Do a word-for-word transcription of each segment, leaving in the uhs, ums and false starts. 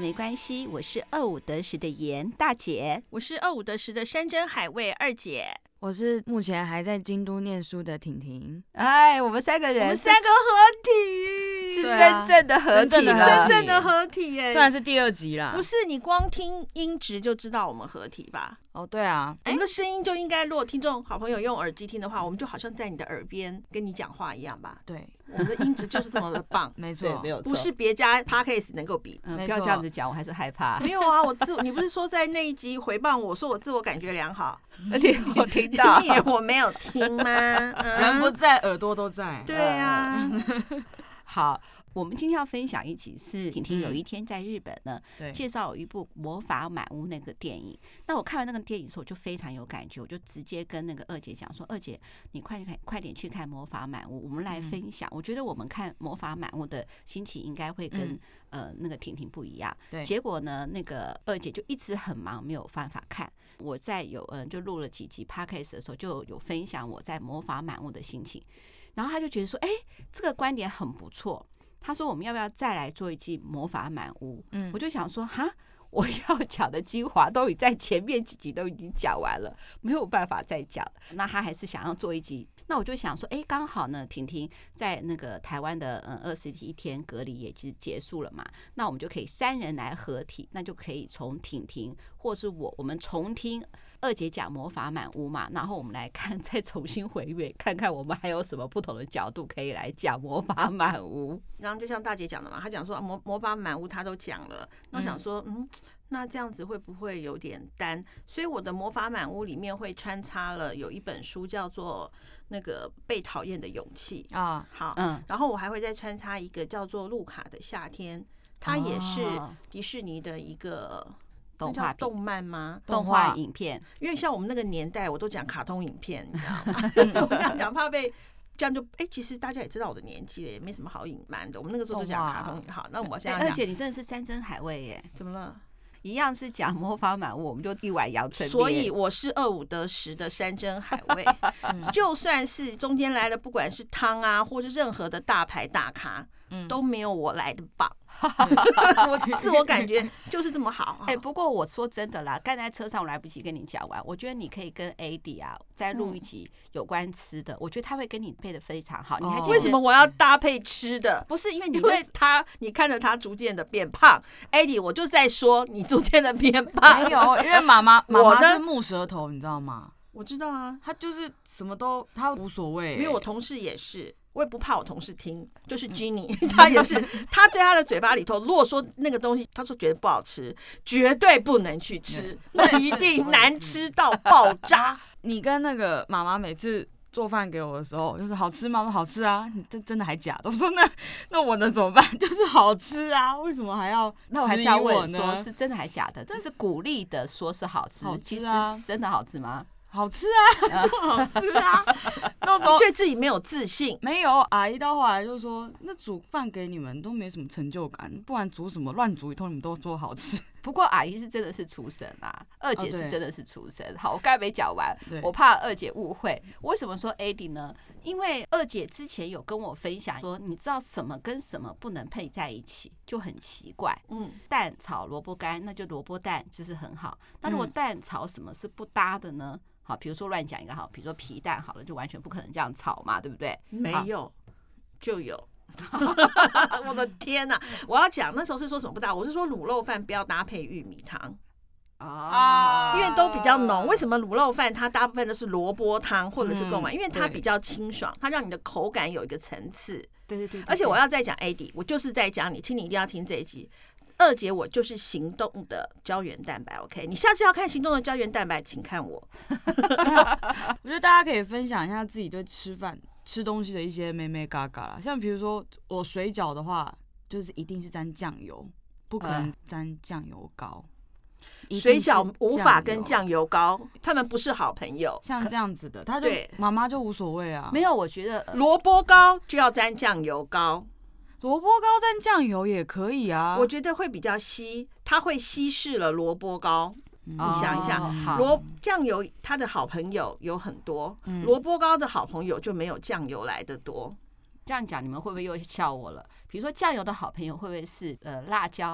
没关系，我是二五得十的严大姐， 我是二五得十的山珍海味二姐， 我是目前还在京都念书的婷婷。 哎，我们三个人， 我们三个合体， 是真正的合体了， 真正的合体耶！ 虽然是第二集啦， 不是你光听音质就知道我们合体吧？ 哦，对啊， 我们的声音就应该，如果听众好朋友用耳机听的话，我们就好像在你的耳边跟你讲话一样吧？ 对， 我们的音质就是这么的棒， 没错， 没有错， 不是别家 podcast 能够比。 嗯，不要这样子讲，我还是害怕。 没有啊，我自你不是说在那一集回谤我说我自我感觉良好？ 而且我听到， 你以为我没有听吗？嗯、 人不在，耳朵都在。 对啊。 好，我们今天要分享一集是婷婷有一天在日本呢， 嗯、 介绍了一部《魔法满屋》那个电影。那我看完那个电影的时候，我就非常有感觉，我就直接跟那个二姐讲说：“二姐，你快点快点去看《魔法满屋》，我们来分享。嗯、我觉得我们看《魔法满屋》的心情应该会跟、嗯、呃那个婷婷不一样。”结果呢，那个二姐就一直很忙，没有办法看。我在有嗯就录了几集 podcast 的时候，就有分享我在《魔法满屋》的心情。然后他就觉得说，哎，这个观点很不错。他说我们要不要再来做一季魔法满屋？嗯，我就想说，哈，我要讲的精华都已在前面几集都已经讲完了，没有办法再讲。那他还是想要做一集。那我就想说，哎，刚好呢，婷婷在那个台湾的嗯二十一天隔离也就结束了嘛，那我们就可以三人来合体，那就可以从婷婷或是我，我们重听二姐讲魔法满屋嘛，然后我们来看，再重新回味，看看我们还有什么不同的角度可以来讲魔法满屋。 然后就像大姐讲的嘛，她讲说魔魔法满屋她都讲了，那我想说，嗯。嗯那这样子会不会有点单？所以我的魔法满屋里面会穿插了有一本书叫做那个被讨厌的勇气啊，好，嗯，然后我还会再穿插一个叫做路卡的夏天，它也是迪士尼的一个动画动漫吗？ 动画影片， 因为像我们那个年代，我都讲卡通影片，你知道吗？所以我这样讲怕被。这样就哎、欸，其实大家也知道我的年纪了，也没什么好隐瞒的。我们那个时候就讲卡通，好，那我现在讲， 而且你真的是山珍海味耶， 怎么了？ 一样是讲魔法满屋，我们就一碗阳春面。 所以我是二五得十的山珍海味，就算是中间来了，不管是汤啊，或是任何的大牌大咖，嗯、都没有我来的棒。我自我感觉就是这么好。 哎、欸，不过我说真的啦，刚才车上我来不及跟你讲完，我觉得你可以跟 A D 啊再录一集有关吃的，嗯、我觉得他会跟你配的非常好。你还记得为什么我要搭配吃的？ 不是因为你因为他，你看着他逐渐的变胖 ，A D 我就在说你逐渐的变胖。 没有，因为妈妈妈妈是木舌头，你知道吗？ 我知道啊， 他就是什么都他无所谓、欸。 因为我同事也是。我也不怕我同事听，就是 Jenny，、嗯、他也是，他在他的嘴巴里头，如果说那个东西，他说觉得不好吃，绝对不能去吃，那一定难吃到爆炸。 你跟那个妈妈每次做饭给我的时候，就是好吃吗？我说好吃啊，你真真的还假的？我说那那我能怎么办？就是好吃啊，为什么还要？ 那我还是要问说，是真的还假的？只是鼓励的说是好吃， 好吃啊、 其实真的好吃吗？ 好吃啊，就好吃啊。 那时候对自己没有自信， 没有。阿姨到后来就说：“那煮饭给你们都没什么成就感，不然煮什么乱煮一通，你们都说好吃。” 不过阿姨是真的是厨神啊，二姐是真的是厨神。好，我刚才没讲完，我怕二姐误会。为什么说 A D 呢？因为二姐之前有跟我分享说，你知道什么跟什么不能配在一起，就很奇怪。嗯，蛋炒萝卜干，那就萝卜蛋，这是很好。那如果蛋炒什么是不搭的呢？好，比如说乱讲一个好，比如说皮蛋好了，就完全不可能这样炒嘛，对不对？ 没有，就有。我的天哪、啊！我要讲那时候是说什么不搭，我是说卤肉饭不要搭配玉米汤啊，因为都比较浓。为什么卤肉饭它大部分都是萝卜汤或者是贡丸？因为它比较清爽，它让你的口感有一个层次。 对对 对, 对。 而且我要再讲 A D， 我就是在讲你，请你一定要听这一集。二姐，我就是行动的胶原蛋白 ，OK？ 你下次要看行动的胶原蛋白，请看我。 我觉得大家可以分享一下自己对吃饭、吃东西的一些眉眉嘎嘎啦。像比如说我水饺的话，就是一定是沾酱油，不可能沾酱油膏。 水饺无法跟酱油膏，他们不是好朋友。 像这样子的，他就妈妈就无所谓啊。 没有，我觉得萝卜糕就要沾酱油膏。 萝卜糕蘸酱油也可以啊， 我觉得会比较稀，它会稀释了萝卜糕。嗯、你想一下，萝、哦、酱油它的好朋友有很多，萝卜糕的好朋友就没有酱油来的多。 这样讲，你们会不会又笑我了？比如说酱油的好朋友会不会是呃辣椒？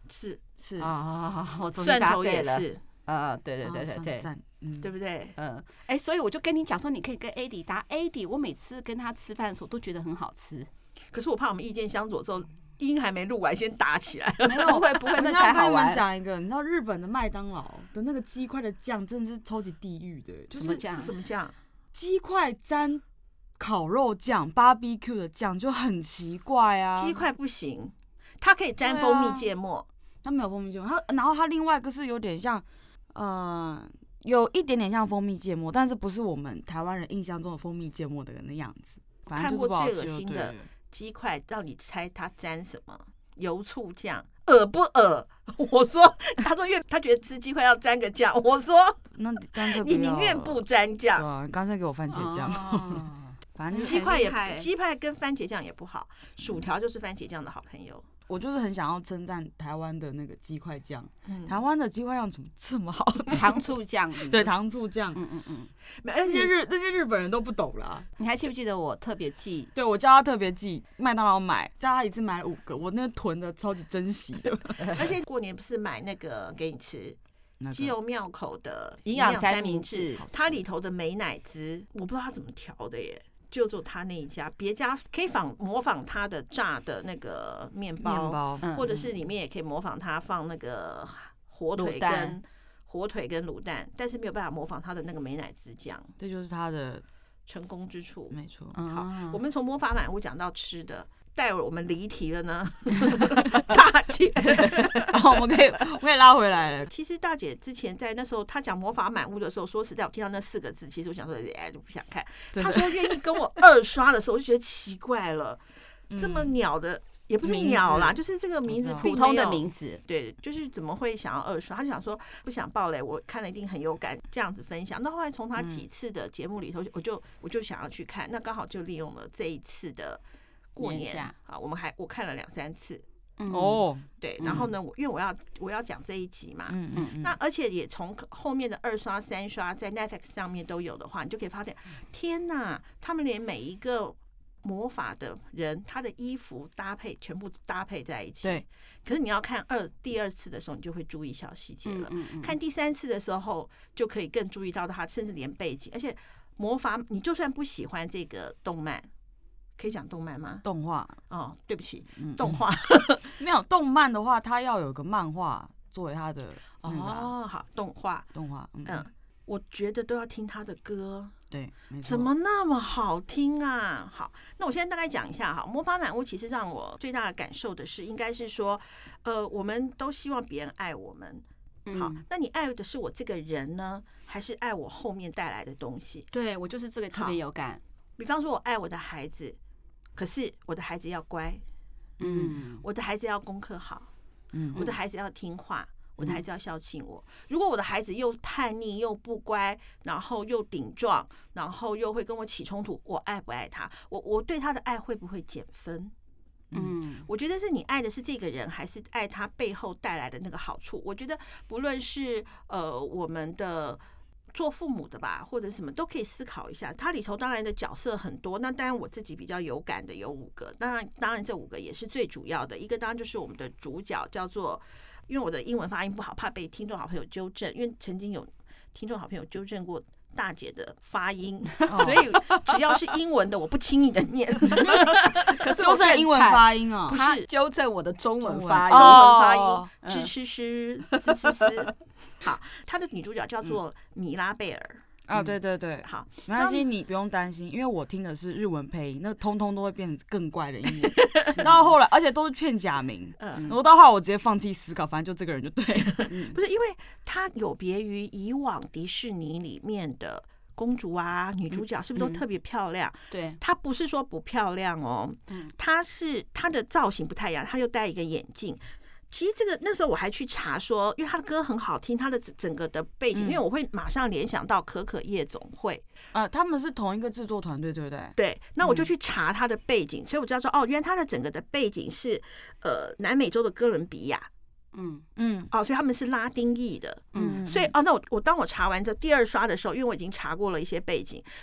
是是啊，我终于蒜头答对了。 也是， 呃，对对对对对， 赞，嗯， 对不对？ 嗯，哎，所以我就跟你讲说，你可以跟 A D 答 A D。我每次跟他吃饭的时候都觉得很好吃。 可是我怕我们意见相左之后，音还没录完，先打起来了。 没有， 不会不会，那我要跟你才好玩。 们讲一个，你知道日本的麦当劳的那个鸡块的酱真的是超级地狱的，就是什么酱是什么酱？ 鸡块沾烤肉酱 ，barbecue 的酱就很奇怪啊。 鸡块不行，它可以沾蜂蜜芥末。 它没有蜂蜜芥末，它然后它另外一个是有点像，呃，有一点点像蜂蜜芥末，但是不是我们台湾人印象中的蜂蜜芥末的那样子。反正就是不好吃。 看过最恶心的鸡块，让你猜它沾什么？油醋酱，恶不恶？我说，他说因为他觉得吃鸡块要沾个酱，我说那干脆你宁愿不沾酱， 对啊，干脆给我番茄酱。 哦反正鸡块也很厉害鸡块跟番茄酱也不好，薯条就是番茄酱的好朋友。 我就是很想要称赞台湾的那个鸡块酱， 嗯台湾的鸡块酱怎么这么好吃？ 糖醋酱， 对，糖醋酱， 嗯嗯嗯。 那些而且日那些日本人都不懂啦。 你还记不记得我特别记？ 对，我叫他特别寄麦当劳买，叫他一次买了五个，我那囤的超级珍惜的。 而且过年不是买那个给你吃。 那个基友庙口的营养三明明治， 它里头的美乃滋，我不知道它怎么调的耶，就只有它那一家，别家可以仿模仿它的炸的那个面包， 面包， 嗯或者是里面也可以模仿它放那个火腿卤蛋跟火腿跟卤蛋，但是没有办法模仿它的那个美乃滋酱， 这就是他的成功之处。 没错。 好， 嗯我们从魔法满屋讲到吃的，待会儿我们离题了呢。大姐， 然后我们可以我们可以拉回来了。 其实大姐之前在那时候她讲魔法满屋的时候，说实在，我听到那四个字，其实我想说，哎，就不想看。她说愿意跟我二刷的时候，我就觉得奇怪了，这么鸟的也不是鸟啦，就是这个名字普通的名字， 对，就是怎么会想要二刷？他就想说不想爆雷，我看了一定很有感，这样子分享。那后来从他几次的节目里头，我就我就想要去看，那刚好就利用了这一次的过年啊，我们还我看了两三次。 哦， 对，然后呢，我因为我要我要讲这一集嘛， 嗯嗯， 那而且也从后面的二刷、三刷在 Netflix 上面都有的话，你就可以发现，天哪，他们连每一个魔法的人，他的衣服搭配全部搭配在一起。 对。 可是你要看二第二次的时候，你就会注意小细节了。 嗯嗯嗯看第三次的时候，就可以更注意到他，甚至连背景，而且魔法，你就算不喜欢这个动漫。可以讲动漫吗？ 动画哦，对不起， 嗯动画没有动漫的话，它要有个漫画作为它的那个啊哦，好，动画， 动画，嗯嗯，我觉得都要听他的歌， 对，没错。 怎么那么好听啊？好，那我现在大概讲一下哈，《魔法满屋》其实让我最大的感受的是，应该是说，呃，我们都希望别人爱我们。好，那你爱的是我这个人呢，还是爱我后面带来的东西？ 对我就是这个特别有感。 比方说，我爱我的孩子，可是我的孩子要乖， 嗯， 我的孩子要功课好， 嗯， 我的孩子要听话，我的孩子要孝敬我。如果我的孩子又叛逆又不乖，然后又顶撞，然后又会跟我起冲突，我爱不爱他？我我对他的爱会不会减分？ 嗯， 我觉得是你爱的是这个人，还是爱他背后带来的那个好处？我觉得不论是呃我们的。做父母的吧，或者什么都可以思考一下。它里头当然的角色很多，那当然我自己比较有感的有五个，当然当然这五个也是最主要的。一个当然就是我们的主角，叫做，因为我的英文发音不好，怕被听众好朋友纠正，因为曾经有听众好朋友纠正过大姐的发音，所以只要是英文的，我不轻易的念。 可是纠正英文发音啊， 不是纠正我的中文中发音， 中文发哦音，吱吱吱，吱吱吱。好，她的女主角叫做米拉贝尔。 啊，对对对， 好， 没关系，你不用担心，因为我听的是日文配音，那通通都会变成更怪的音乐。到后来，而且都是片假名， 嗯， 我到后来我直接放弃思考，反正就这个人就对了。 不是，因为它有别于以往迪士尼里面的公主啊、女主角，是不是都特别漂亮？ 对， 她不是说不漂亮哦，她是她的造型不太一样，她又戴一个眼镜。其实这个那时候我还去查说，因为他的歌很好听，他的整个的背景，因为我会马上联想到可可夜总会， 啊，他们是同一个制作团队，对不对？ 对，那我就去查他的背景，所以我知道说，哦，原来他的整个的背景是呃南美洲的哥伦比亚， 嗯嗯， 哦，所以他们是拉丁裔的， 嗯， 所以哦，那我我当我查完这第二刷的时候，因为我已经查过了一些背景，我就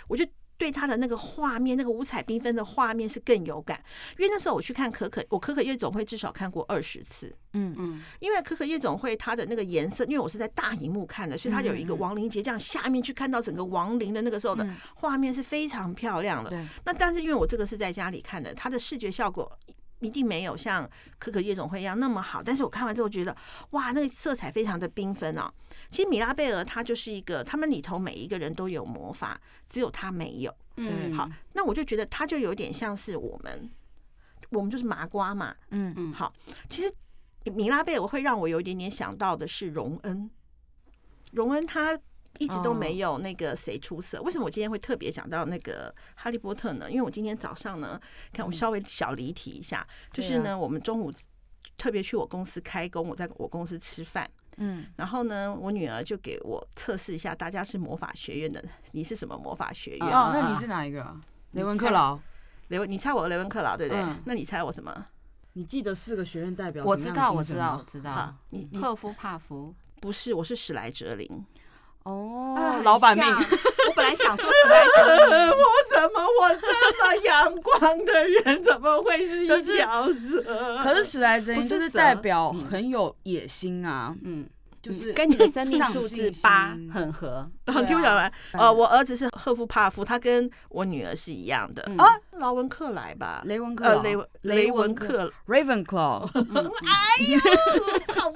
对他的那个画面，那个五彩缤纷的画面是更有感。因为那时候我去看可可，我可可夜总会至少看过二十次。 嗯嗯， 因为可可夜总会它的那个颜色，因为我是在大荧幕看的，所以它有一个亡灵节，这样下面去看到整个亡灵的那个时候的画面是非常漂亮的。 对， 那但是因为我这个是在家里看的，它的视觉效果一定没有像可可夜总会一样那么好，但是我看完之后觉得哇，那个色彩非常的缤纷哦。其实米拉贝尔他就是一个，他们里头每一个人都有魔法，只有他没有。 嗯， 好，那我就觉得他就有点像是我们，我们就是麻瓜嘛。 嗯嗯， 好，其实米拉贝尔会让我有一点点想到的是荣恩，荣恩他一直都没有那个谁出色。为什么我今天会特别讲到那个哈利波特呢？因为我今天早上呢，看我稍微小离题一下，就是呢，我们中午特别去我公司开工，我在我公司吃饭。嗯，然后呢，我女儿就给我测试一下，大家是魔法学院的，你是什么魔法学院？ 哦，那你是哪一个啊？雷文克劳。 雷文，你猜我雷文克劳对不对？嗯、那你猜我什么？ 你记得四个学院代表？ 我知道，我知道，我知道。 你赫夫帕夫不是，我是史莱哲林。 哦，啊、老板命。 我本来想说史莱哲林， 我怎么我这么阳光的人，怎么会是一条蛇？ 可是史莱哲林就是代表很有野心啊，嗯。就是跟你的生命数字八很合。 然后听我讲完，呃，我儿子是赫夫帕夫，他跟我女儿是一样的啊，劳文克莱吧， 雷文克， 呃，雷雷文克 ，Ravenclaw。 哎呀，好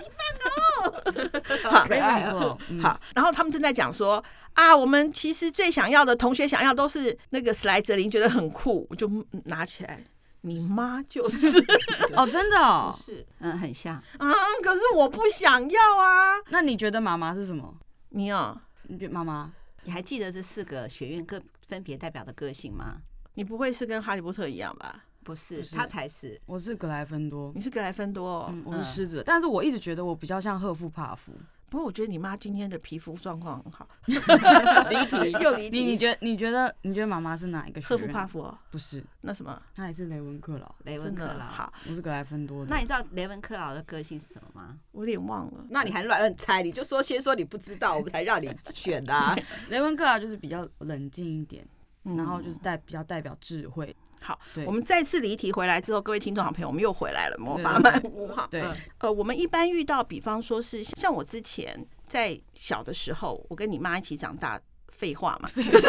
棒哦！好，好，然后他们正在讲说啊，我们其实最想要的同学想要都是那个史莱哲林，觉得很酷，我就拿起来。你妈就是哦，真的哦， 是， 嗯，很像啊，可是我不想要啊。 那你觉得妈妈是什么？ 你啊， 你觉得妈妈？ 你还记得这四个学院各分别代表的个性吗？ 你不会是跟哈利波特一样吧？ 不是，他才是。 我是格莱芬多， 你是格莱芬多哦， 嗯，我是狮子，但是我一直觉得我比较像赫夫帕夫。 不过我觉得你妈今天的皮肤状况很好， 离题又离题。 你你觉得你觉得你觉得妈妈是哪一个学院？ 赫夫帕夫哦， 不是， 那什么？ 那也是雷文克劳。 雷文克劳好， 我是格莱芬多的。 那你知道雷文克劳的个性是什么吗？ 我有点忘了。 那你还乱猜？你就说先说你不知道，我们才让你选的啊。 雷文克劳就是比较冷静一点，然后就是代比较代表智慧。 好，我们再次离题回来之后，各位听众好朋友，我们又回来了魔法满屋哈。 对， 呃，我们一般遇到，比方说是像我之前在小的时候，我跟你妈一起长大，废话嘛，就是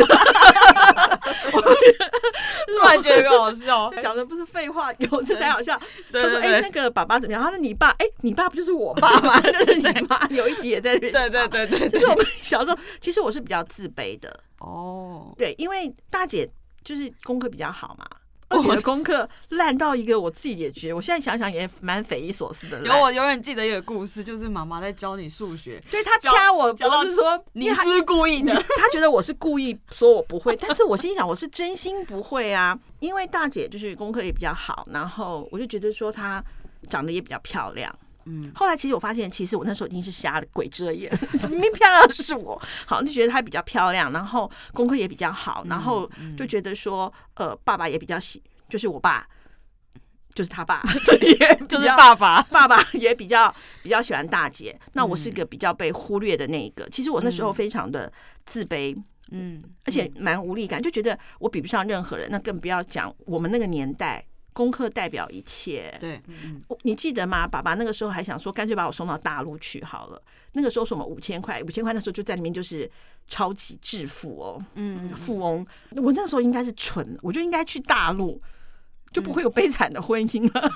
突然觉得很好笑， 讲的不是废话，有次才好笑。 他说：“哎，那个爸爸怎么样？”他说：“你爸，哎，你爸不就是我爸吗？就是你妈。”有一集也在这边。 对对对对， 就是我们小时候，其实我是比较自卑的哦。 对，因为大姐就是功课比较好嘛。二姐的功课烂到一个，我自己也觉得，我现在想想也蛮匪夷所思的。 有我永远记得一个故事，就是妈妈在教你数学， 对她掐我脖子说你是不是故意的？ 她觉得我是故意说我不会，但是我心想我是真心不会啊，因为大姐就是功课也比较好，然后我就觉得说她长得也比较漂亮。嗯，后来其实我发现，其实我那时候已经是瞎了，鬼遮眼，明明漂亮的是我，好就觉得她比较漂亮，然后功课也比较好，然后就觉得说，呃，爸爸也比较喜，就是我爸，就是他爸， 就是爸爸， 爸爸也比较比较喜欢大姐，那我是个比较被忽略的那一个。其实我那时候非常的自卑，嗯，而且蛮无力感，就觉得我比不上任何人，那更不要讲我们那个年代。功课代表一切， 对， 嗯、你记得吗？爸爸那个时候还想说，干脆把我送到大陆去好了。那个时候是我们五千块，五千块那时候就在里面就是超级致富哦，嗯，富翁。我那时候应该是蠢，我就应该去大陆，就不会有悲惨的婚姻了。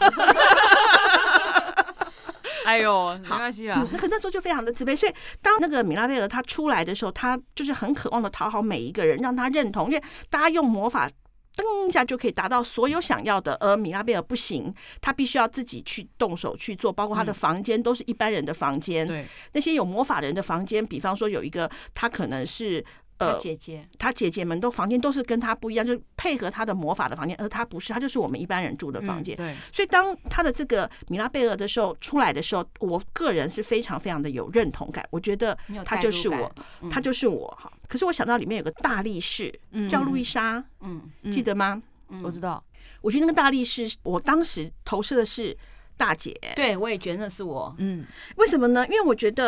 哎呦，没关系啦。 那可那时候就非常的自卑，所以当那个米拉贝尔他出来的时候，他就是很渴望的讨好每一个人，让他认同，因为大家用魔法。噔一下就可以达到所有想要的，而米拉贝尔不行，他必须要自己去动手去做，包括他的房间都是一般人的房间。 对， 那些有魔法人的房间，比方说有一个，他可能是呃，他姐姐， 他姐姐们都房间都是跟他不一样，就是配合他的魔法的房间，而他不是，他就是我们一般人住的房间。 嗯、对， 所以当他的这个米拉贝尔的时候出来的时候，我个人是非常非常的有认同感，我觉得他就是我， 嗯、 他就是我哈。可是我想到里面有个大力士，嗯、叫路易莎，嗯，记得吗？ 我知道， 我觉得那个大力士，我当时投射的是大姐， 对我也觉得那是我， 嗯，为什么呢？因为我觉得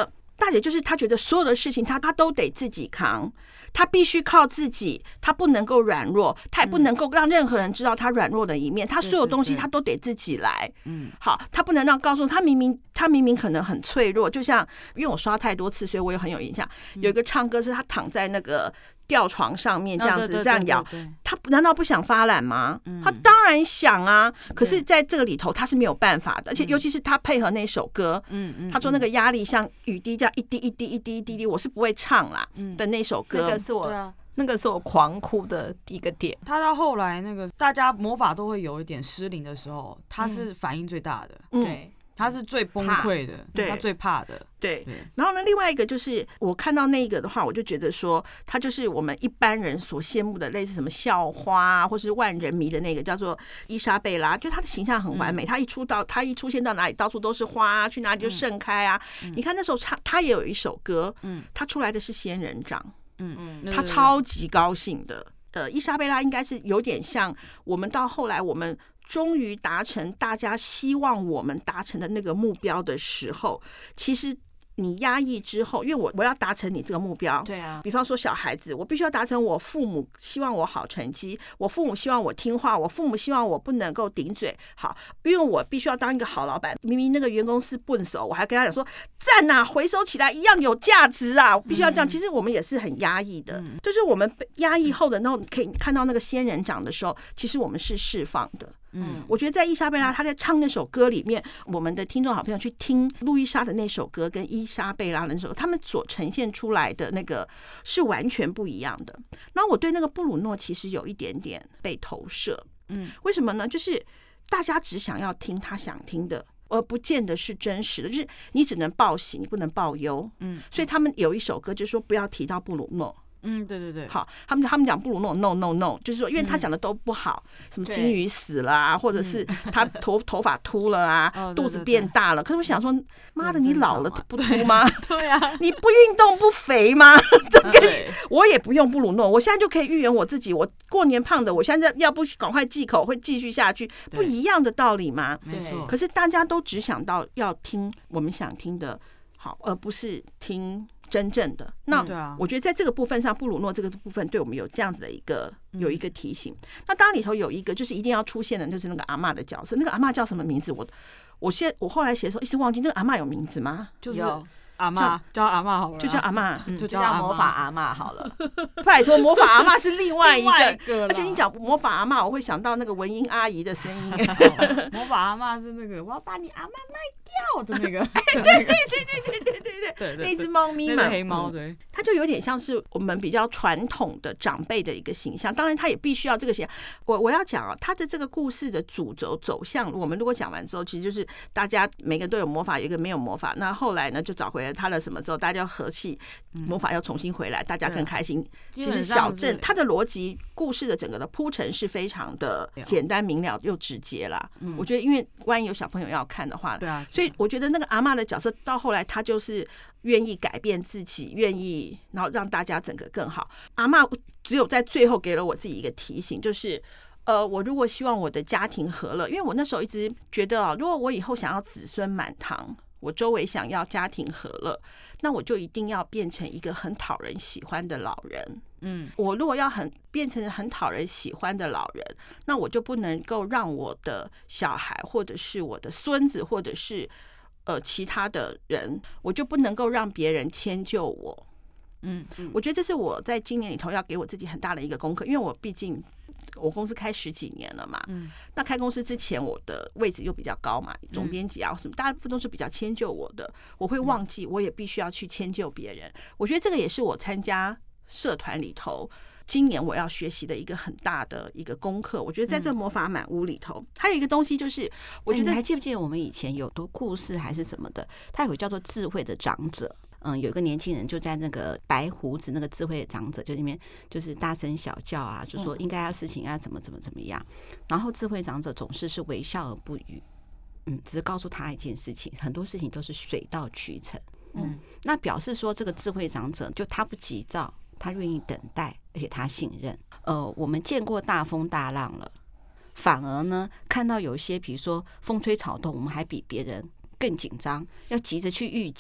大姐就是她觉得所有的事情她她都得自己扛，她必须靠自己，她不能够软弱，她也不能够让任何人知道她软弱的一面，她所有东西她都得自己来。嗯，好，她不能让告诉她明明她明明可能很脆弱，就像因为我刷太多次，所以我也很有印象。有一个唱歌是她躺在那个吊床上面这样子这样摇，她难道不想发懒吗？她当然想啊，可是在这个里头她是没有办法的，而且尤其是她配合那首歌，嗯，她说那个压力像雨滴这样一滴一滴一滴一滴滴，我是不会唱啦的那首歌， 那个是我那个是我狂哭的一个点。 他到后来那个大家魔法都会有一点失灵的时候，他是反应最大的， 对。 他是最崩溃的，对，他最怕的， 对。然后呢，另外一个就是我看到那个的话，我就觉得说，他就是我们一般人所羡慕的，类似什么校花啊，或是万人迷的那个叫做伊莎贝拉，就她的形象很完美。她、嗯、一出道，她一出现到哪里，到处都是花、啊，去哪里就盛开啊。嗯、你看那时候她，她也有一首歌，嗯，她出来的是仙人掌，嗯嗯，她超级高兴的。呃，伊莎贝拉应该是有点像我们到后来我们。终于达成大家希望我们达成的那个目标的时候，其实你压抑之后，因为我我要达成你这个目标， 对啊， 比方说小孩子，我必须要达成我父母希望我好成绩，我父母希望我听话，我父母希望我不能够顶嘴，好，因为我必须要当一个好老板。明明那个员工是笨手，我还跟他讲说赞啊，回收起来一样有价值啊，我必须要这样。其实我们也是很压抑的，嗯、就是我们压抑后的那种，可以看到那个仙人掌的时候，其实我们是释放的。嗯，我觉得在伊莎贝拉她在唱那首歌里面，我们的听众好朋友去听路易莎的那首歌跟伊莎贝拉的那首歌，他们所呈现出来的那个是完全不一样的。那我对那个布鲁诺其实有一点点被投射，嗯，为什么呢？就是大家只想要听他想听的，而不见得是真实的，就是你只能报喜，你不能报忧，嗯，所以他们有一首歌就是说不要提到布鲁诺。 嗯，对对对， 好，他们他们讲布鲁诺 no no no， 就是说，因为他讲的都不好，嗯、什么金鱼死了啊，或者是他头头发秃了啊，哦、肚子变大了。可是我想说，妈的，你老了不秃吗？ 对啊， 你不运动不肥吗？这个我也不用布鲁诺，我现在就可以预言我自己，我过年胖的，我现在要不赶快忌口，会继续下去，不一样的道理吗？ 对。 可是大家都只想到要听我们想听的，好，而不是听。真正的那，我觉得在这个部分上，布鲁诺这个部分对我们有这样子的一个有一个提醒。那当然里头有一个就是一定要出现的，就是那个阿嬷的角色。那个阿嬷叫什么名字？我我现我后来写的时候一直忘记。那个阿嬷有名字吗？ 就是阿嬷，叫阿嬷好了， 就叫阿嬷， 嗯、就叫魔法阿嬷好了。 拜托，魔法阿嬷是另外一个， 一个而且你讲魔法阿嬷，我会想到那个文英阿姨的声音。 哦、魔法阿嬷是那个，我要把你阿嬷卖掉的那个。 对对对对对对对对对，那只猫咪嘛， 黑猫对， 它就有点像是我们比较传统的长辈的一个形象。当然，它也必须要这个形象。我我要讲啊，它的这个故事的主轴走向，我们如果讲完之后，其实就是大家每个人都有魔法，有一个没有魔法。那后来呢，就找回了他的什么之后，大家和气，魔法要重新回来，大家更开心。其实小镇它的逻辑、故事的整个的铺陈是非常的简单明了又直接啦。我觉得，因为万一有小朋友要看的话， 对啊， 所以我觉得那个阿嬷的角色到后来，他就是愿意改变自己，愿意然后让大家整个更好。阿嬷只有在最后给了我自己一个提醒，就是呃，我如果希望我的家庭和乐，因为我那时候一直觉得啊，如果我以后想要子孙满堂，我周围想要家庭和乐，那我就一定要变成一个很讨人喜欢的老人。嗯，我如果要很变成很讨人喜欢的老人，那我就不能够让我的小孩或者是我的孙子或者是呃其他的人，我就不能够让别人迁就我。嗯，我觉得这是我在今年里头要给我自己很大的一个功课，因为我毕竟我公司开十几年了嘛，嗯，那开公司之前我的位置又比较高嘛，总编辑啊什么，大部分都是比较迁就我的，我会忘记我也必须要去迁就别人。我觉得这个也是我参加社团里头今年我要学习的一个很大的一个功课。我觉得在这魔法满屋里头，还有一个东西就是，我觉得、 欸、你还记不记得我们以前有多故事还是什么的？它有个叫做智慧的长者。嗯，有一个年轻人就在那个白胡子那个智慧的长者就里面就是大声小叫啊，就说应该要事情要怎么怎么怎么样，然后智慧长者总是是微笑而不语，嗯，只是告诉他一件事情，很多事情都是水到渠成，嗯，那表示说这个智慧长者就他不急躁，他愿意等待，而且他信任。呃，我们见过大风大浪了，反而呢看到有一些比如说风吹草动，我们还比别人更紧张，要急着去预警。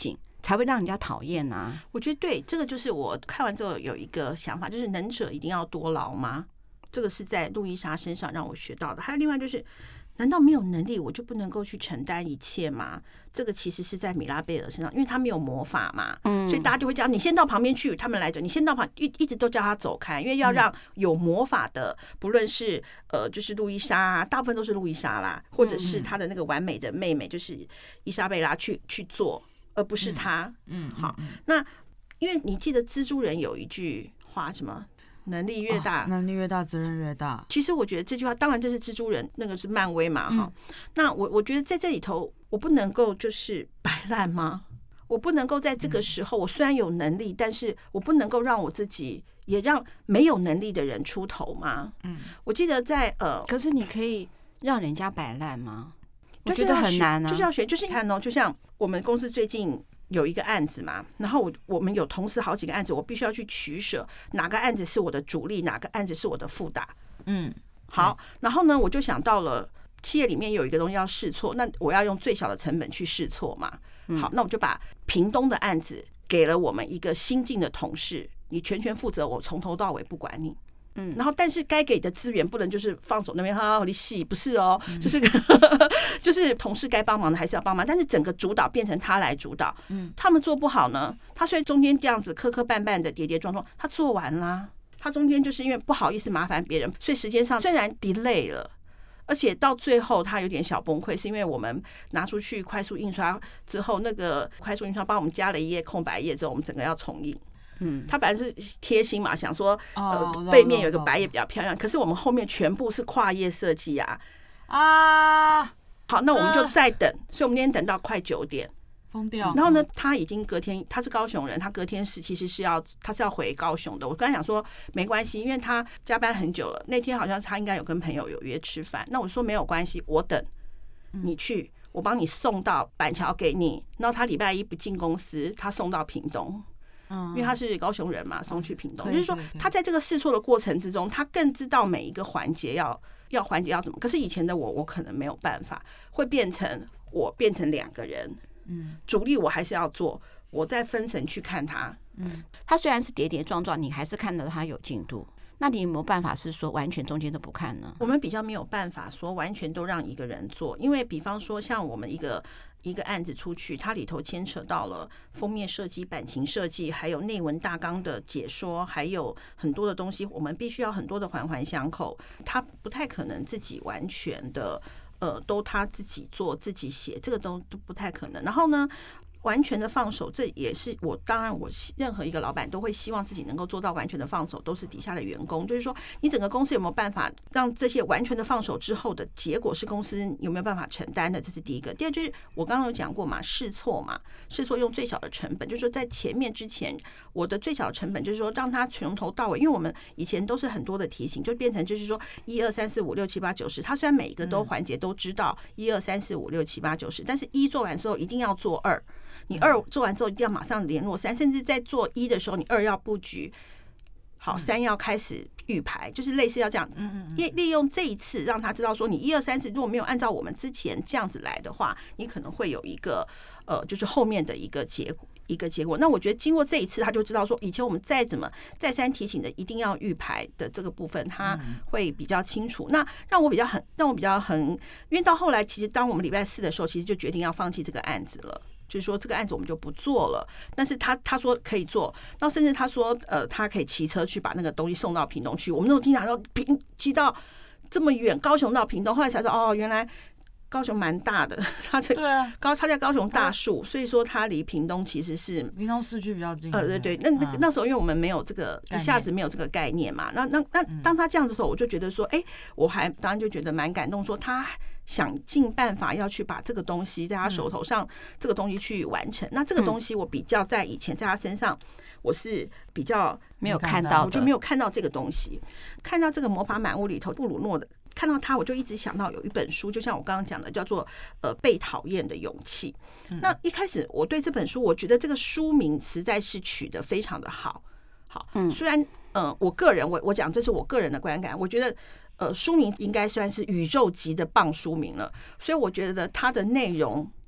才会让人家讨厌啊。 我觉得对，这个就是我看完之后有一个想法，就是能者一定要多劳吗？这个是在路易莎身上让我学到的。还有另外就是，难道没有能力我就不能够去承担一切吗？这个其实是在米拉贝尔身上，因为他没有魔法嘛，嗯，所以大家就会叫你先到旁边去，他们来着，你先到旁一一直都叫他走开，因为要让有魔法的，不论是呃就是路易莎、啊，大部分都是路易莎啦，或者是他的那个完美的妹妹，就是伊莎贝拉去去做，而不是他。嗯，好，那因为你记得蜘蛛人有一句话什么？能力越大、哦， 能力越大，责任越大。 其实我觉得这句话，当然这是蜘蛛人，那个是漫威嘛，哈、嗯。那我我觉得在这里头，我不能够就是摆烂吗？我不能够在这个时候，我虽然有能力，但是我不能够让我自己也让没有能力的人出头吗？嗯，我记得在呃， 可是你可以让人家摆烂吗？我觉得很难啊， 就是要学，就是你看哦，就像我们公司最近有一个案子嘛，然后我我们有同时好几个案子，我必须要去取舍，哪个案子是我的主力，哪个案子是我的副打。嗯，好，然后呢，我就想到了企业里面有一个东西要试错，那我要用最小的成本去试错嘛。好，那我就把屏东的案子给了我们一个新进的同事，你全权负责，我从头到尾不管你。嗯，然后但是该给的资源不能就是放手那边哈，你戏不是哦，就是就是同事该帮忙的还是要帮忙，但是整个主导变成他来主导，嗯，他们做不好呢，他虽然中间这样子磕磕绊绊的跌跌撞撞，他做完啦，他中间就是因为不好意思麻烦别人，所以时间上虽然 delay 了，而且到最后他有点小崩溃，是因为我们拿出去快速印刷之后，那个快速印刷帮我们加了一页空白页之后，我们整个要重印。嗯，他本来是贴心嘛，想说呃背面有一个白页比较漂亮，可是我们后面全部是跨页设计啊啊！好，那我们就再等，所以我们今天等到快九点， 疯掉。 然后呢，他已经隔天，他是高雄人，他隔天是其实是要他是要回高雄的。我刚才想说没关系，因为他加班很久了，那天好像他应该有跟朋友有约吃饭。那我说没有关系，我等你去，我帮你送到板桥给你。然后他礼拜一不进公司，他送到屏东。因为他是高雄人嘛，送去屏东，就是说他在这个试错的过程之中，他更知道每一个环节要要环节要怎么。可是以前的我，我可能没有办法，会变成我变成两个人，嗯，主力我还是要做，我再分神去看他， 嗯，他虽然是跌跌撞撞，你还是看到他有进度。那你有没有办法是说完全中间都不看呢？ 我们比较没有办法说完全都让一个人做，因为比方说像我们一个一个案子出去，它里头牵扯到了封面设计、版型设计，还有内文大纲的解说，还有很多的东西，我们必须要很多的环环相扣，他不太可能自己完全的呃都他自己做自己写，这个都都不太可能。然后呢，完全的放手，这也是我当然我任何一个老板都会希望自己能够做到完全的放手，都是底下的员工。就是说，你整个公司有没有办法让这些完全的放手之后的结果是公司有没有办法承担的？这是第一个。第二就是我刚刚有讲过嘛，试错嘛，试错用最小的成本，就是说在前面之前，我的最小的成本就是说让他从头到尾，因为我们以前都是很多的提醒，就变成就是说一二三四五六七八九十，他虽然每一个都环节都知道一二三四五六七八九十，但是一做完之后一定要做二。你二做完之后一定要马上联络三，甚至在做一的时候，你二要布局好，三要开始预排，就是类似要这样，利利用这一次让他知道说，你一二三四如果没有按照我们之前这样子来的话，你可能会有一个呃，就是后面的一个结果。一个结果，那我觉得经过这一次，他就知道说，以前我们再怎么再三提醒的，一定要预排的这个部分，他会比较清楚。那让我比较很，让我比较很，因为到后来，其实当我们礼拜四的时候，其实就决定要放弃这个案子了。就是说这个案子我们就不做了，但是他他说可以做，那甚至他说呃他可以骑车去把那个东西送到屏东去。我们那种听讲说屏骑到这么远，高雄到屏东，后来才知道哦，原来高雄蛮大的，他在高他在高雄大树，所以说他离屏东其实是屏东市区比较近。 呃对对，那那那时候因为我们没有这个一下子没有这个概念嘛，那那那当他这样子的时候，我就觉得说，哎，我还当然就觉得蛮感动，说他想尽办法要去把这个东西在他手头上这个东西去完成。那这个东西我比较在以前在他身上，我是比较没有看到的， 我就没有看到这个东西。看到这个魔法满屋里头布鲁诺的，看到他我就一直想到有一本书，就像我刚刚讲的，叫做呃被讨厌的勇气。那一开始我对这本书，我觉得这个书名实在是取得非常的好。好，虽然呃我个人我我讲这是我个人的观感，我觉得。呃，书名应该算是宇宙级的棒书名了，所以我觉得它的内容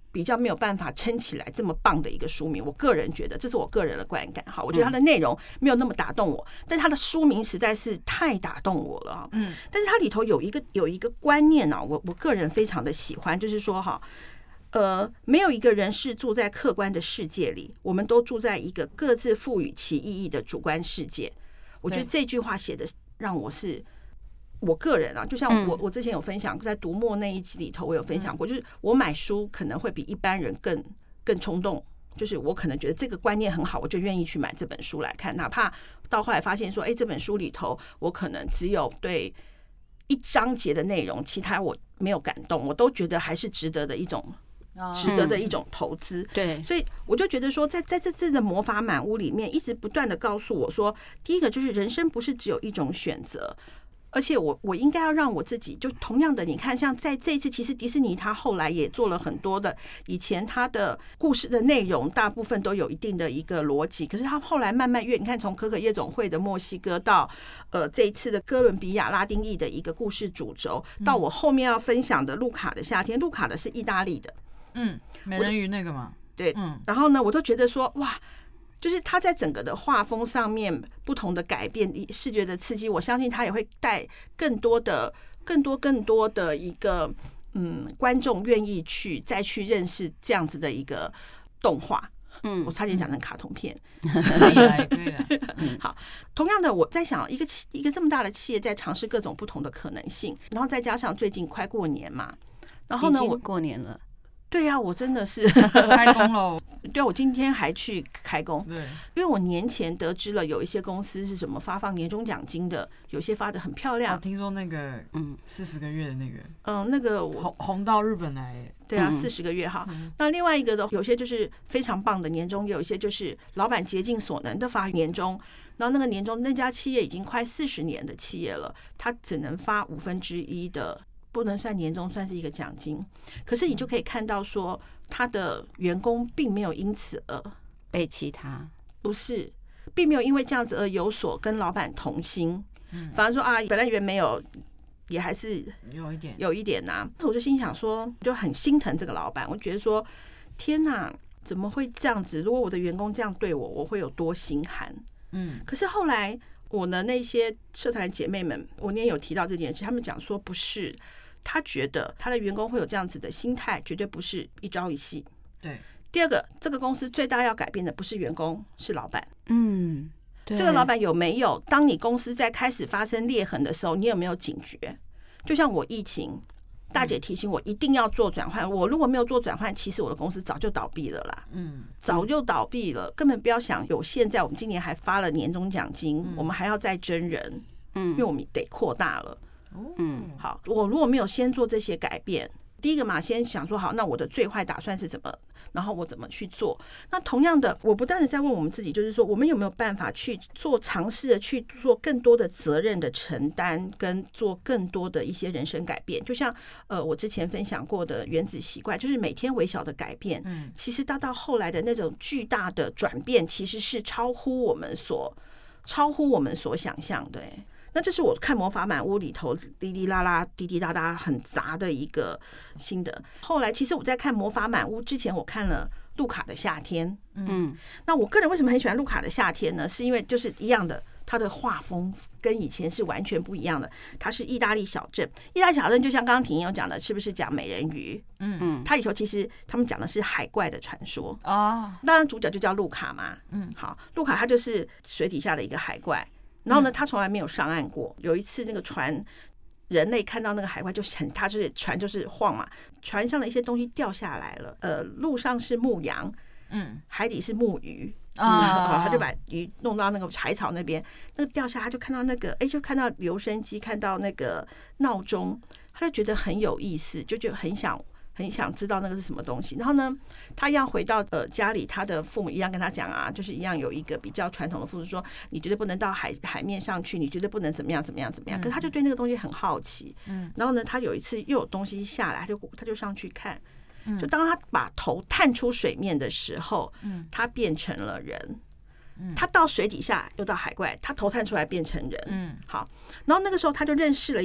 比较没有办法撑起来这么棒的一个书名。我个人觉得，这是我个人的观感。好，我觉得它的内容没有那么打动我，但是它的书名实在是太打动我了。嗯，但是它里头有一个有一个观念啊，我我个人非常的喜欢，就是说哈。呃，没有一个人是住在客观的世界里，我们都住在一个各自赋予其意义的主观世界。我觉得这句话写的让我是，我个人啊，就像我我之前有分享，在读墨那一集里头，我有分享过，就是我买书可能会比一般人更更冲动，就是我可能觉得这个观念很好，我就愿意去买这本书来看，哪怕到后来发现说，哎，这本书里头我可能只有对一章节的内容，其他我没有感动，我都觉得还是值得的一种。值得的一种投资， 对， 所以我就觉得说，在在这次的魔法满屋里面，一直不断的告诉我说，第一个就是人生不是只有一种选择，而且我我应该要让我自己，就同样的，你看，像在这一次，其实迪士尼它后来也做了很多的，以前它的故事的内容大部分都有一定的一个逻辑，可是它后来慢慢越，你看从可可夜总会的墨西哥到呃这一次的哥伦比亚拉丁裔的一个故事主轴，到我后面要分享的路卡的夏天，路卡的是意大利的。 嗯，美人鱼那个嘛， 对，嗯，然后呢，我都觉得说，哇，就是他在整个的画风上面不同的改变，视觉的刺激，我相信他也会带更多的、更多、更多的一个嗯观众愿意去再去认识这样子的一个动画。嗯，我差点讲成卡通片， 可以了，可以了。 好，同样的，我在想，一个企一个这么大的企业在尝试各种不同的可能性，然后再加上最近快过年嘛，然后呢，我过年了。 对呀、啊，我真的是开工了。 对啊，我今天还去开工。 对， 因为我年前得知了有一些公司是什么发放年终奖金的，有些发的很漂亮。 我听说那个嗯四十个月的那个， 嗯，那个我红红到日本来。 对啊，四十个月哈。那另外一个的，有些就是非常棒的年终，有一些就是老板竭尽所能的发年终。然后那个年终，那家企业已经快四十年的企业了，它只能发五分之一的。不能算年终，算是一个奖金。可是你就可以看到说，他的员工并没有因此而背弃他， 不是，并没有因为这样子而有所跟老板同心。反而说啊，本来以为没有，也还是有一点， 有一点呐、啊。我就心想说，就很心疼这个老板。我觉得说，天哪，怎么会这样子？如果我的员工这样对我，我会有多心寒？嗯。可是后来，我的那些社团姐妹们，我也有提到这件事，他们讲说不是。他觉得他的员工会有这样子的心态，绝对不是一朝一夕。 对。 第二个，这个公司最大要改变的不是员工，是老板。 嗯， 这个老板有没有？当你公司在开始发生裂痕的时候，你有没有警觉？就像我疫情，大姐提醒我一定要做转换。我如果没有做转换，其实我的公司早就倒闭了啦。嗯，早就倒闭了，根本不要想有现在。我们今年还发了年终奖金，我们还要再征人。嗯，因为我们得扩大了。嗯，好，我如果没有先做这些改变，第一个嘛，先想说好，那我的最坏打算是怎么，然后我怎么去做。那同样的，我不断的在问我们自己，就是说，我们有没有办法去做尝试的去做更多的责任的承担，跟做更多的一些人生改变。就像呃，我之前分享过的原子习惯，就是每天微小的改变，嗯，其实到到后来的那种巨大的转变，其实是超乎我们所超乎我们所想象的、欸。那这是我看魔法满屋里头滴滴啦啦滴滴答答很杂的一个心得。后来其实我在看魔法满屋之前，我看了路卡的夏天。嗯，那我个人为什么很喜欢路卡的夏天呢？是因为就是一样的，它的画风跟以前是完全不一样的。它是意大利小镇，意大利小镇就像刚刚婷有讲的，是不是讲美人鱼？嗯嗯，它里头其实他们讲的是海怪的传说啊。当然主角就叫路卡嘛。嗯，好，路卡他就是水底下的一个海怪。然后呢，他从来没有上岸过。有一次，那个船，人类看到那个海怪就很，他就是船就是晃嘛，船上的一些东西掉下来了。呃，路上是牧羊，嗯，海底是木鱼啊，他就把鱼弄到那个海草那边，那个掉下，他就看到那个，哎，就看到留声机，看到那个闹钟，他就觉得很有意思，就觉得很想。很想知道那个是什么东西，然后呢，他一样回到呃家里，他的父母一样跟他讲啊，就是一样有一个比较传统的父母说，你绝对不能到海海面上去，你绝对不能怎么样怎么样怎么样。可是他就对那个东西很好奇，嗯，然后呢，他有一次又有东西下来，他就他就上去看，就当他把头探出水面的时候，嗯，他变成了人。他到水底下又到海怪，他头探出来变成人，嗯，好，然后那个时候他就认识了一个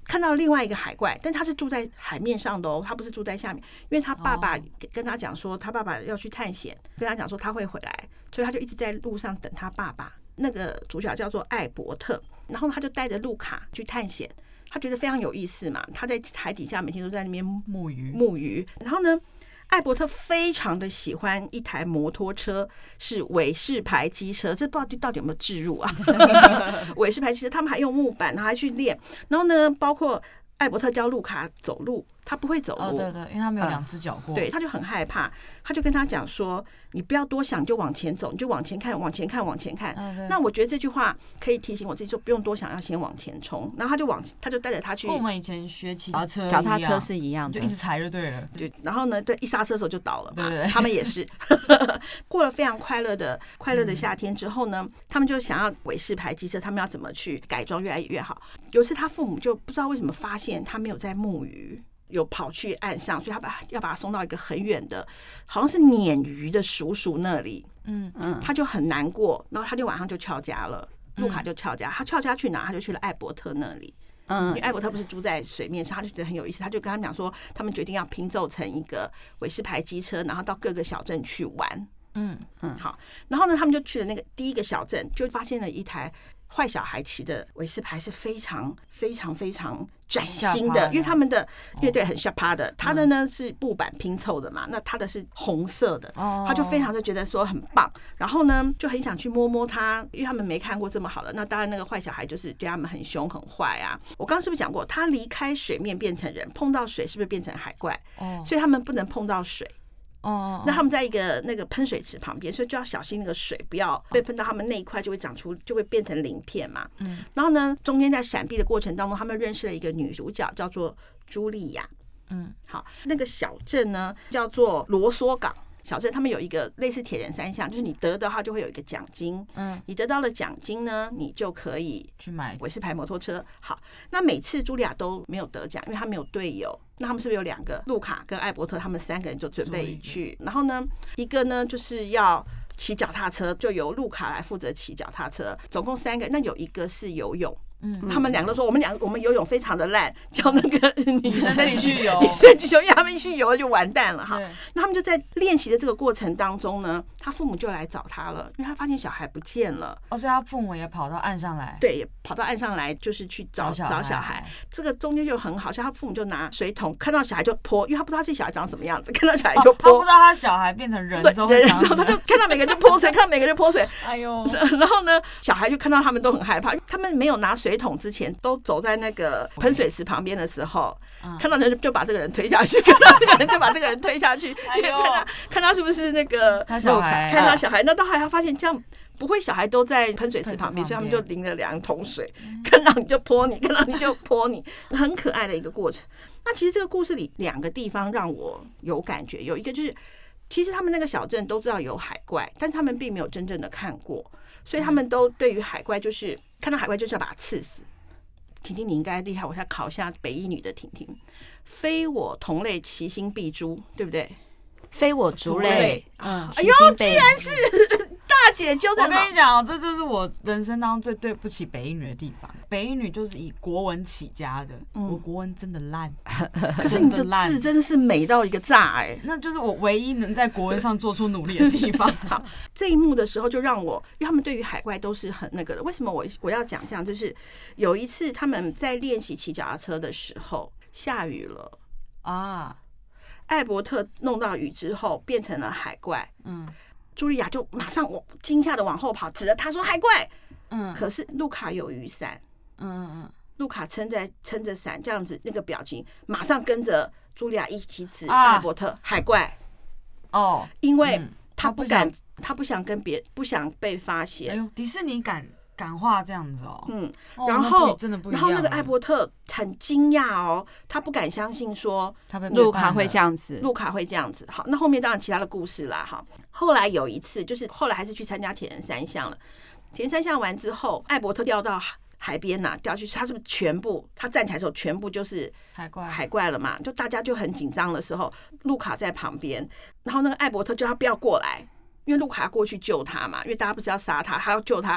看到另外一个海怪，但他是住在海面上的哦，他不是住在下面，因为他爸爸跟他讲说，他爸爸要去探险，跟他讲说他会回来，所以他就一直在路上等他爸爸。那个主角叫做艾伯特，然后他就带着路卡去探险，他觉得非常有意思嘛，他在海底下每天都在那边木鱼木鱼，然后呢，艾伯特非常的喜欢一台摩托车，是韦氏牌机车，这不知道到底有没有置入啊？韦氏牌机车，他们还用木板，然后还去练，然后呢，包括艾伯特教路卡走路，他不会走路， 哦，对对，因为他没有两只脚过， 对，他就很害怕，他就跟他讲说，你不要多想，你就往前走，你就往前看，往前看，往前看。 嗯、 那我觉得这句话可以提醒我自己，说不用多想，要先往前冲。然后他就往，他就带着他去。 跟我们以前学骑脚踏车， 脚踏车是一样的， 就一直踩就对了。 对，然后呢，对，一刹车的时候就倒了嘛。 对对对， 他们也是过了非常快乐的快乐的夏天之后呢，他们就想要韦氏牌机车，他们要怎么去改装越来越好。有一次他父母就不知道为什么发现他没有在木鱼。有跑去岸上，所以他把要把他送到一个很远的，好像是鲶鱼的叔叔那里。嗯嗯，他就很难过，然后他就晚上就翘家了。路卡就翘家，他翘家去哪？他就去了艾伯特那里。嗯，因为艾伯特不是住在水面上，他就觉得很有意思，他就跟他们讲说，他们决定要拼凑成一个韦氏牌机车，然后到各个小镇去玩。嗯嗯，好，然后呢，他们就去了那个第一个小镇，就发现了一台坏小孩骑的韦氏牌是非常非常非常崭新的，因为他们的乐队很下趴的，他的呢是木板拼凑的嘛，那他的是红色的，他就非常就觉得说很棒，然后呢就很想去摸摸它，因为他们没看过这么好的。那当然那个坏小孩就是对他们很凶很坏啊。我刚刚是不是讲过，他离开水面变成人，碰到水是不是变成海怪？所以他们不能碰到水。哦，那他们在一个那个喷水池旁边，所以就要小心那个水不要被喷到他们那一块，就会长出就会变成鳞片嘛。嗯，然后呢，中间在闪避的过程当中，他们认识了一个女主角，叫做茱莉亚。嗯，好，那个小镇呢叫做罗梭港。小镇他们有一个类似铁人三项，就是你得的话就会有一个奖金，嗯，你得到了奖金呢，你就可以去买韦氏牌摩托车。好，那每次茱莉亚都没有得奖，因为他没有队友。那他们是不是有两个路卡跟艾伯特，他们三个人就准备去，然后呢，一个呢就是要骑脚踏车，就由路卡来负责骑脚踏车，总共三个，那有一个是游泳。嗯，他们两个都说我们两我们游泳非常的烂，叫那个女生去游， 女生去游，因为他们一去游就完蛋了哈。那他们就在练习的这个过程当中呢，他父母就来找他了，因为他发现小孩不见了。 哦，所以他父母也跑到岸上来， 对，也跑到岸上来，就是去找找小孩。这个中间就很好笑，他父母就拿水桶，看到小孩就泼，因为他不知道这小孩长什么样子，看到小孩就泼。 他不知道他小孩变成人之后， 人之后他就看到每个人就泼水，看到每个人就泼水。 哎呦， 然后呢，小孩就看到他们都很害怕，他们没有拿水桶之前。都走在那个喷水池旁边的时候，看到人就把这个人推下去，看到这个人就把这个人推下去，因为看他看他是不是那个他小孩， 看他小孩，那到还要发现这样不会，小孩都在喷水池旁边，所以他们就淋了两桶水，看到你就泼你，看到你就泼你，很可爱的一个过程。那其实这个故事里两个地方让我有感觉，有一个就是，其实他们那个小镇都知道有海怪，但他们并没有真正的看过，所以他们都对于海怪就是看到海怪就是要把它刺死。婷婷，你应该厉害，我再考一下北一女的婷婷。非我同类，其心必诛，对不对？ 非我族类， 嗯，哎呦，居然是大姐纠正。 我跟你讲，这就是我人生当中最对不起北一女的地方。北一女就是以国文起家的，嗯、我国文真的烂， 可是你的字真的是美到一个炸哎、欸， 那就是我唯一能在国文上做出努力的地方。 好，这一幕的时候就让我，因为他们对于海怪都是很那个的。为什么我我要讲这样？就是有一次他们在练习骑脚踏车的时候，下雨了啊。艾伯特弄到雨之后变成了海怪，嗯，茱莉亚就马上我惊吓的往后跑，指着他说海怪，嗯，可是路卡有雨伞，嗯嗯，路卡撑在撑着伞这样子，那个表情马上跟着茱莉亚一起指艾伯特、啊、海怪，哦，因为他不敢，他不想跟别不想被发现。 哎呦，迪士尼敢。感化这样子哦， 嗯，然后、哦、然后那个艾伯特很惊讶哦，他不敢相信说路卡会这样子， 路卡会这样子。好，那后面当然其他的故事啦，哈。后来有一次，就是后来还是去参加铁人三项了。铁人三项完之后，艾伯特掉到海边呐、啊，掉下去，他是不是全部？他站起来的时候，全部就是海怪， 海怪了嘛？就大家就很紧张的时候，路卡在旁边，然后那个艾伯特叫他不要过来，因为路卡要过去救他嘛，因为大家不是要杀他，他要救他。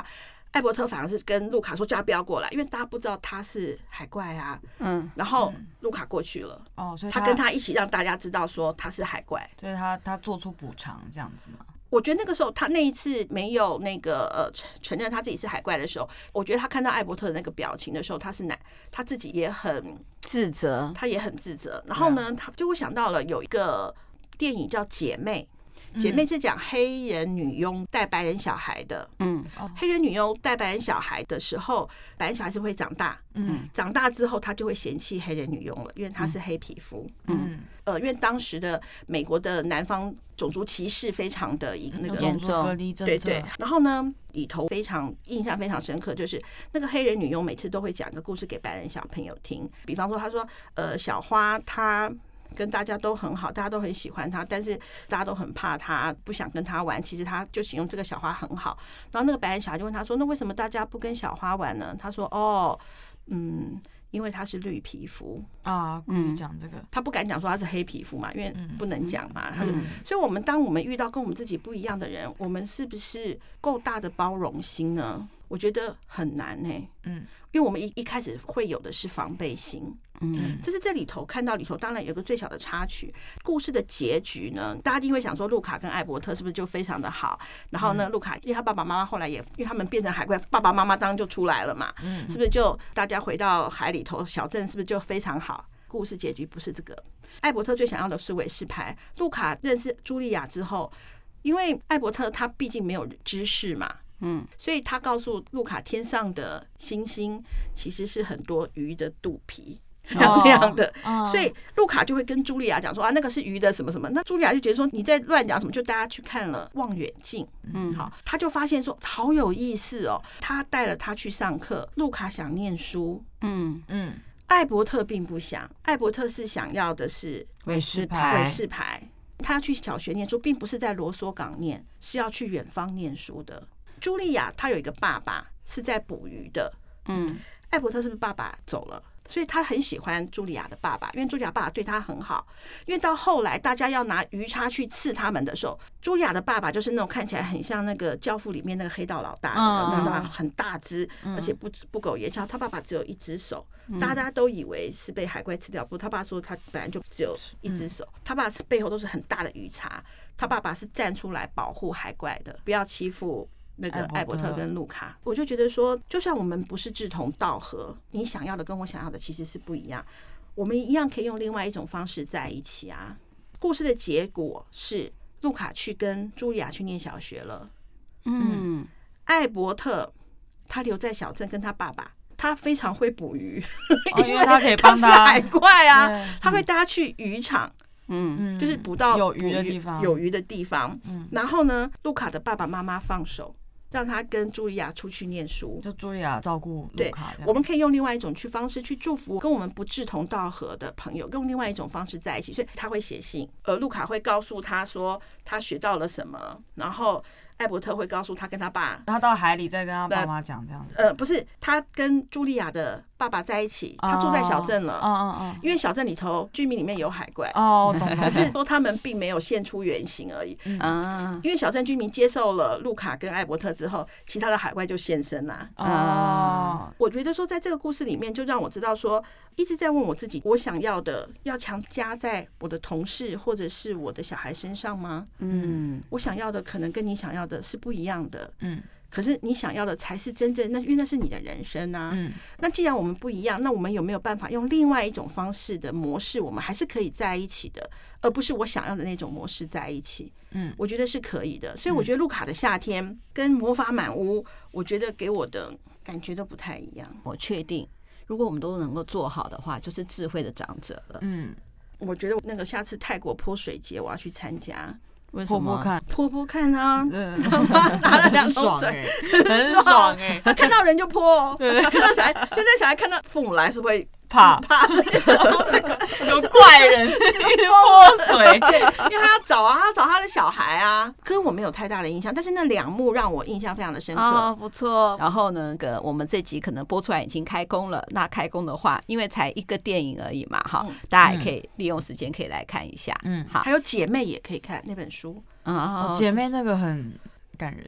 艾伯特反而是跟路卡说叫他不要过来，因为大家不知道他是海怪啊。 嗯， 然后路卡过去了， 哦，所以他跟他一起让大家知道说他是海怪， 所以他他做出补偿这样子嘛。 我觉得那个时候他那一次没有那个呃承认他自己是海怪的时候，我觉得他看到艾伯特的那个表情的时候，他是男他自己也很自责， 他也很自责。然后呢，他就会想到了有一个电影叫《姐妹》。姐妹是讲黑人女佣带白人小孩的，嗯，黑人女佣带白人小孩的时候，白人小孩是会长大，嗯，长大之后他就会嫌弃黑人女佣了，因为她是黑皮肤，嗯，呃，因为当时的美国的南方种族歧视非常的那个严重， 对对。然后呢，里头非常印象非常深刻，就是那个黑人女佣每次都会讲一个故事给白人小朋友听，比方说她说，呃，小花她跟大家都很好，大家都很喜欢他，但是大家都很怕他，不想跟他玩。其实他就形容这个小花很好。然后那个白人小孩就问他说：“那为什么大家不跟小花玩呢？”他说：“哦，嗯，因为他是绿皮肤啊。”嗯，讲这个， 他不敢讲说他是黑皮肤嘛，因为不能讲嘛。他就，所以我们当我们遇到跟我们自己不一样的人，我们是不是够大的包容心呢？我觉得很难呢、欸。嗯，因为我们一一开始会有的是防备心。嗯，这是这里头看到里头，当然有个最小的插曲。故事的结局呢，大家一定会想说，路卡跟艾伯特是不是就非常的好？然后呢，路卡因为他爸爸妈妈后来也，因为他们变成海怪，爸爸妈妈当然就出来了嘛。嗯，是不是就大家回到海里头，小镇是不是就非常好？故事结局不是这个。艾伯特最想要的是韦氏牌。路卡认识茱莉亚之后，因为艾伯特他毕竟没有知识嘛。嗯，所以他告诉路卡，天上的星星其实是很多鱼的肚皮。亮亮的，所以路卡就会跟茱莉亚讲说啊，那个是鱼的什么什么。那茱莉亚就觉得说你在乱讲什么，就大家去看了望远镜，嗯，好，他就发现说好有意思哦。他带了他去上课，路卡想念书，嗯嗯，艾伯特并不想，艾伯特是想要的是韦氏牌， 韦氏牌。他去小学念书，并不是在罗梭港念，是要去远方念书的。茱莉亚她有一个爸爸是在捕鱼的，嗯，艾伯特是不是爸爸走了？所以他很喜欢茱莉亚的爸爸，因为茱莉亚爸爸对他很好。因为到后来大家要拿鱼叉去刺他们的时候，茱莉亚的爸爸就是那种看起来很像那个教父里面那个黑道老大，那种很大只，而且不不苟言笑。他爸爸只有一只手，大家都以为是被海怪吃掉，不，他爸说他本来就只有一只手，他爸背后都是很大的鱼叉。他爸爸是站出来保护海怪的，不要欺负那个艾伯特跟路卡。我就觉得说，就算我们不是志同道合，你想要的跟我想要的其实是不一样，我们一样可以用另外一种方式在一起啊。故事的结果是路卡去跟茱莉亚去念小学了，嗯，艾伯特他留在小镇跟他爸爸，他非常会捕鱼， 哦、因为他可以帮他是海怪啊，他会带他去渔场。 嗯， 就是捕到有鱼的地方， 有鱼的地方。嗯，然后呢，路卡的爸爸妈妈放手，让他跟茱莉亚出去念书， 就茱莉亚照顾路卡。 对，我们可以用另外一种去方式去祝福跟我们不志同道合的朋友，用另外一种方式在一起。所以他会写信，而路卡会告诉他说他学到了什么，然后艾伯特会告诉他跟他爸， 他到海里再跟他爸妈讲这样子。 呃，不是，他跟茱莉亚的爸爸在一起，他住在小镇了。嗯嗯嗯。因为小镇里头居民里面有海怪。 哦，懂。 只是说他们并没有现出原形而已。嗯。因为小镇居民接受了路卡跟艾伯特之后，其他的海怪就现身啦。哦。我觉得说，在这个故事里面，就让我知道说，一直在问我自己，我想要的要强加在我的同事或者是我的小孩身上吗？嗯。我想要的可能跟你想要的是不一样的，嗯，可是你想要的才是真正，那因为那是你的人生啊，嗯，那既然我们不一样，那我们有没有办法用另外一种方式的模式，我们还是可以在一起的，而不是我想要的那种模式在一起，嗯，我觉得是可以的。所以我觉得路卡的夏天跟魔法满屋，我觉得给我的感觉都不太一样。 我确定，如果我们都能够做好的话，就是智慧的长者了。 嗯，我觉得那个下次泰国泼水节我要去参加。 为什么？ 泼泼看啊！ 嗯， 拿了两桶水， 很爽哎！ 他看到人就泼，看到小孩，现在小孩看到父母来是会怕怕， 有怪人一直泼水， 因为他要找啊，他要找他的小孩啊。跟我没有太大的印象，但是那两幕让我印象非常的深刻。 哦，不错。然后呢，个我们这集可能播出来已经开工了。那开工的话，因为才一个电影而已嘛，哈，大家也可以利用时间可以来看一下。嗯，好， 还有姐妹也可以看那本书。 哦，姐妹那个很感人。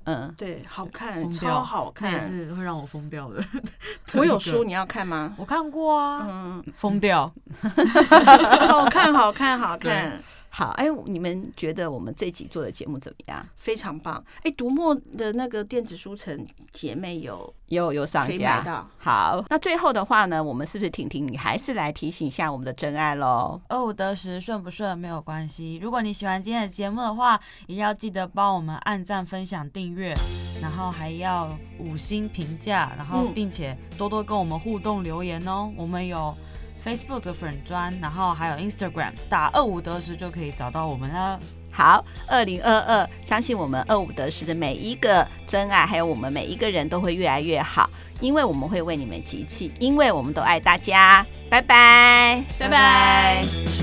嗯， 对，好看， 疯掉超好那也看。 是会让我疯掉的。 我有书，你要看吗？ 我看过啊， 嗯， 疯掉。 好看，好看，好看。 好，哎，你们觉得我们这集做的节目怎么样？ 非常棒！哎，读墨的那个电子书城姐妹有有有上可以架买到。 好，那最后的话呢，我们是不是婷婷，你还是来提醒一下我们的真爱喽？ 二五得十，顺不顺没有关系。如果你喜欢今天的节目的话，一定要记得帮我们按赞、分享、订阅，然后还要五星评价，然后并且多多跟我们互动留言哦。我们有Facebook 的粉专，然后还有 Instagram， 打二五得十就可以找到我们了。 好，二零二二，相信我们二五得十的每一个真爱，还有我们每一个人都会越来越好，因为我们会为你们集气，因为我们都爱大家。拜拜， 拜拜。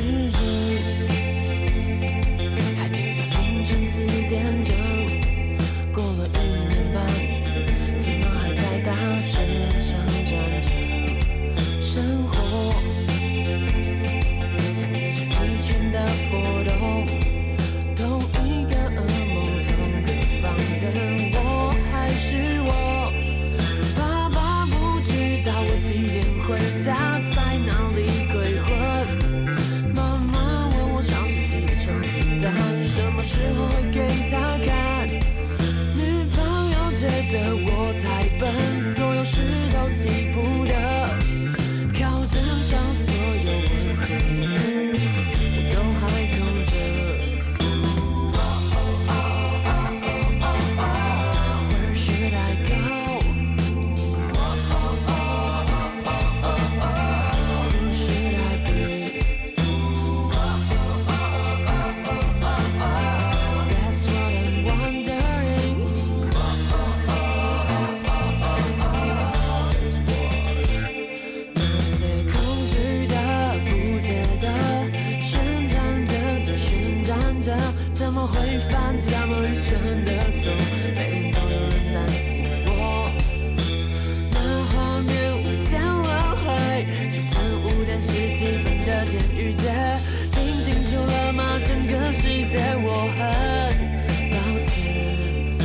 还停在凌晨四点整，过了一年半，怎么还在大致上站着？生活像一圈一圈的波动，同一个噩梦，同个房间，我还是我。爸爸不知道我几点回家，在哪里鬼混。妈妈问我上学期的成绩单什么时候会给她看。女朋友觉得我太笨，所有事都记不得。考卷上所有问题，我都还空着。Where should I go? Who should I be? That's what I'm wondering. That's what 那些恐惧的、不解的，旋转着再旋转着，怎么会犯这么愚蠢的错？每天都有人担心我。那画面无限轮回，清晨五点十七分的天与街，听清楚了吗？整个世界，我很抱歉。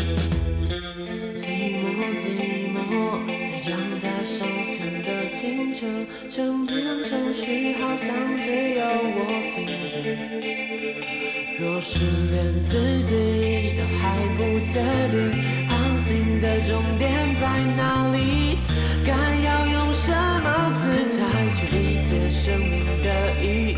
寂寞寂寞，在阳台上显得清澈，整片城市好像只有我醒着。若是连自己都还不确定航行的终点在哪里，该要用什么姿态去理解生命的意义？